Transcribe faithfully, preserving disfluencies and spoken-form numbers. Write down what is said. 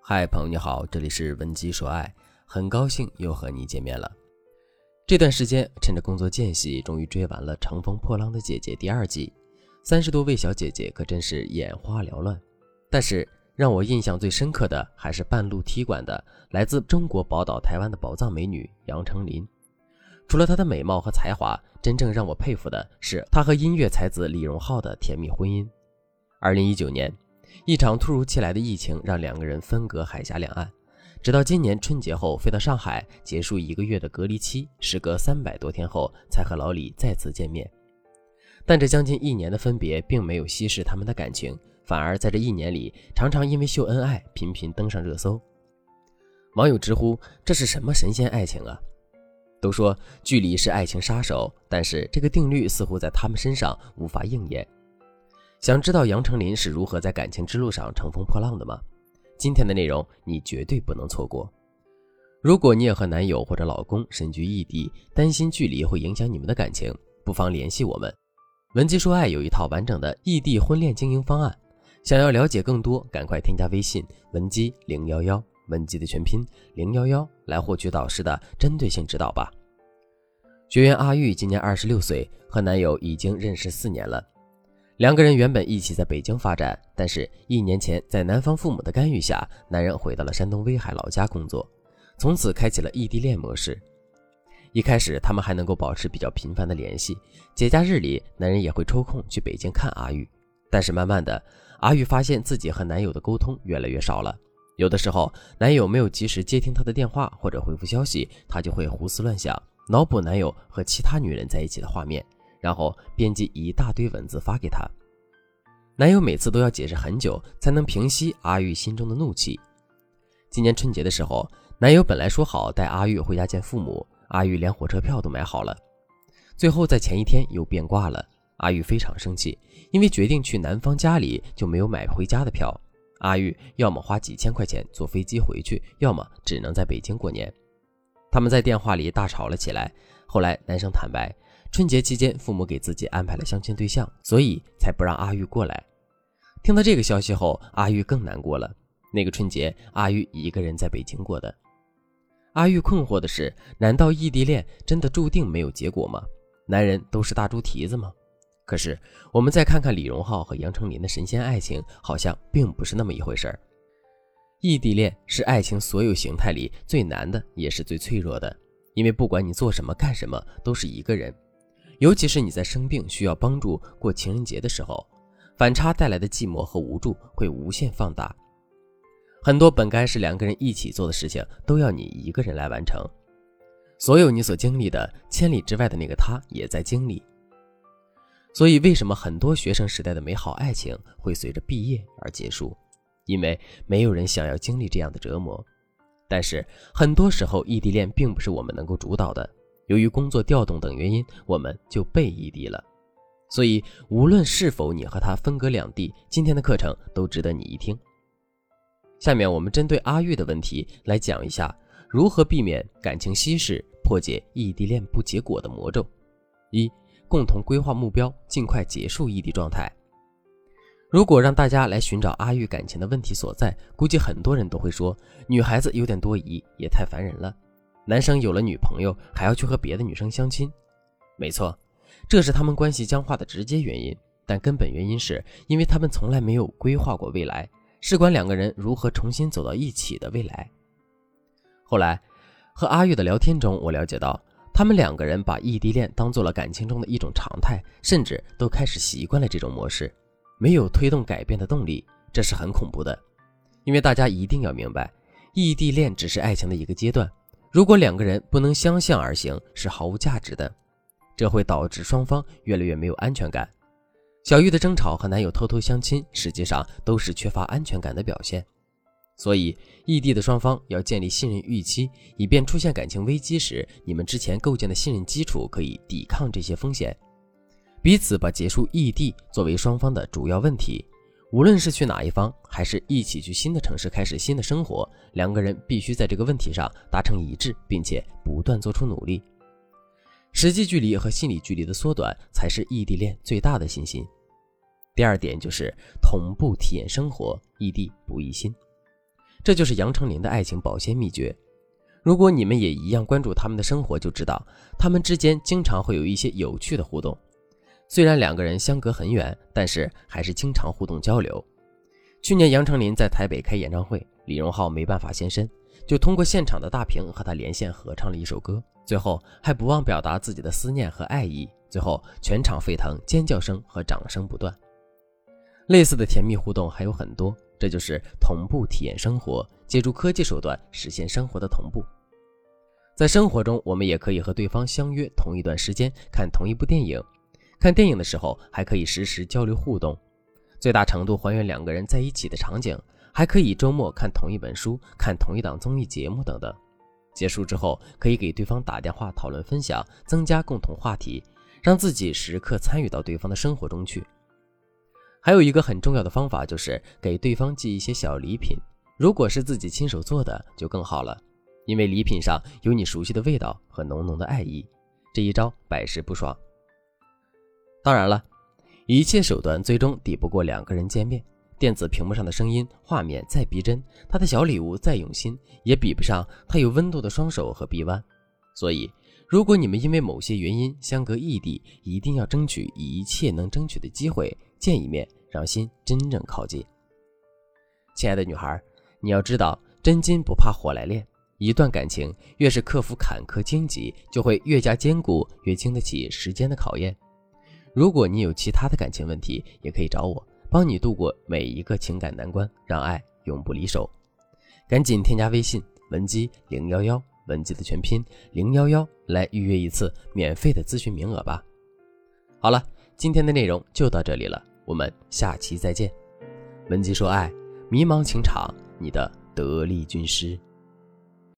嗨，朋友你好，这里是文姬说爱，很高兴又和你见面了。这段时间趁着工作间隙，终于追完了《乘风破浪的姐姐》第二季，三十多位小姐姐可真是眼花缭乱。但是让我印象最深刻的还是半路踢馆的来自中国宝岛台湾的宝藏美女杨丞琳。除了她的美貌和才华，真正让我佩服的是她和音乐才子李荣浩的甜蜜婚姻。二零一九年，一场突如其来的疫情让两个人分隔海峡两岸，直到今年春节后飞到上海结束一个月的隔离期，时隔三百多天后才和老李再次见面。但这将近一年的分别并没有稀释他们的感情，反而在这一年里常常因为秀恩爱频频登上热搜。网友直呼这是什么神仙爱情啊？都说距离是爱情杀手，但是这个定律似乎在他们身上无法应验。想知道杨丞琳是如何在感情之路上乘风破浪的吗？今天的内容你绝对不能错过。如果你也和男友或者老公身居异地，担心距离会影响你们的感情，不妨联系我们。文姬说爱有一套完整的异地婚恋经营方案，想要了解更多，赶快添加微信文姬零一一，文姬的全拼零一一，来获取导师的针对性指导吧。学员阿玉今年二十六岁，和男友已经认识四年了。两个人原本一起在北京发展，但是一年前在男方父母的干预下，男人回到了山东威海老家工作，从此开启了异地恋模式。一开始他们还能够保持比较频繁的联系，节假日里男人也会抽空去北京看阿玉。但是慢慢的，阿玉发现自己和男友的沟通越来越少了，有的时候男友没有及时接听她的电话或者回复消息，她就会胡思乱想，脑补男友和其他女人在一起的画面，然后编辑一大堆文字发给他。男友每次都要解释很久才能平息阿玉心中的怒气。今年春节的时候，男友本来说好带阿玉回家见父母，阿玉连火车票都买好了，最后在前一天又变卦了。阿玉非常生气，因为决定去男方家里就没有买回家的票。阿玉要么花几千块钱坐飞机回去，要么只能在北京过年。他们在电话里大吵了起来，后来男生坦白，春节期间父母给自己安排了相亲对象，所以才不让阿玉过来。听到这个消息后，阿玉更难过了。那个春节阿玉一个人在北京过的。阿玉困惑的是，难道异地恋真的注定没有结果吗？男人都是大猪蹄子吗？可是我们再看看李荣浩和杨丞琳的神仙爱情，好像并不是那么一回事儿。异地恋是爱情所有形态里最难的，也是最脆弱的，因为不管你做什么干什么都是一个人，尤其是你在生病需要帮助过情人节的时候，反差带来的寂寞和无助会无限放大。很多本该是两个人一起做的事情，都要你一个人来完成。所有你所经历的，千里之外的那个他也在经历。所以为什么很多学生时代的美好爱情会随着毕业而结束？因为没有人想要经历这样的折磨。但是很多时候异地恋并不是我们能够主导的，由于工作调动等原因，我们就被异地了。所以无论是否你和他分隔两地，今天的课程都值得你一听。下面我们针对阿玉的问题来讲一下如何避免感情稀释，破解异地恋不结果的魔咒。一、共同规划目标，尽快结束异地状态。如果让大家来寻找阿玉感情的问题所在，估计很多人都会说，女孩子有点多疑，也太烦人了。男生有了女朋友还要去和别的女生相亲。没错，这是他们关系僵化的直接原因，但根本原因是因为他们从来没有规划过未来，事关两个人如何重新走到一起的未来。后来和阿玉的聊天中，我了解到他们两个人把异地恋当做了感情中的一种常态，甚至都开始习惯了这种模式，没有推动改变的动力，这是很恐怖的。因为大家一定要明白，异地恋只是爱情的一个阶段，如果两个人不能相向而行，是毫无价值的，这会导致双方越来越没有安全感。小玉的争吵和男友偷偷相亲，实际上都是缺乏安全感的表现。所以异地的双方要建立信任预期，以便出现感情危机时，你们之前构建的信任基础可以抵抗这些风险。彼此把结束异地作为双方的主要问题，无论是去哪一方，还是一起去新的城市开始新的生活，两个人必须在这个问题上达成一致，并且不断做出努力。实际距离和心理距离的缩短才是异地恋最大的信心。第二点就是同步体验生活，异地不异心。 这就是杨丞琳的爱情保鲜秘诀。如果你们也一样关注他们的生活，就知道他们之间经常会有一些有趣的互动。虽然两个人相隔很远，但是还是经常互动交流。去年杨丞琳在台北开演唱会，李荣浩没办法现身，就通过现场的大屏和他连线合唱了一首歌，最后还不忘表达自己的思念和爱意，最后全场沸腾，尖叫声和掌声不断。类似的甜蜜互动还有很多，这就是同步体验生活，借助科技手段实现生活的同步。在生活中，我们也可以和对方相约同一段时间看同一部电影，看电影的时候还可以实时交流互动，最大程度还原两个人在一起的场景，还可以周末看同一本书，看同一档综艺节目等等。结束之后可以给对方打电话讨论分享，增加共同话题，让自己时刻参与到对方的生活中去。还有一个很重要的方法，就是给对方寄一些小礼品，如果是自己亲手做的就更好了，因为礼品上有你熟悉的味道和浓浓的爱意，这一招百试不爽。当然了，一切手段最终抵不过两个人见面，电子屏幕上的声音画面再逼真，他的小礼物再用心，也比不上他有温度的双手和臂弯。所以如果你们因为某些原因相隔异地，一定要争取一切能争取的机会见一面，让心真正靠近。亲爱的女孩，你要知道，真金不怕火来炼，一段感情越是克服坎坷荆棘，就会越加坚固，越经得起时间的考验。如果你有其他的感情问题，也可以找我，帮你度过每一个情感难关，让爱永不离手。赶紧添加微信文姬零一一，文姬的全拼零一一，来预约一次免费的咨询名额吧。好了，今天的内容就到这里了，我们下期再见。文姬说爱，迷茫情场，你的得力军师。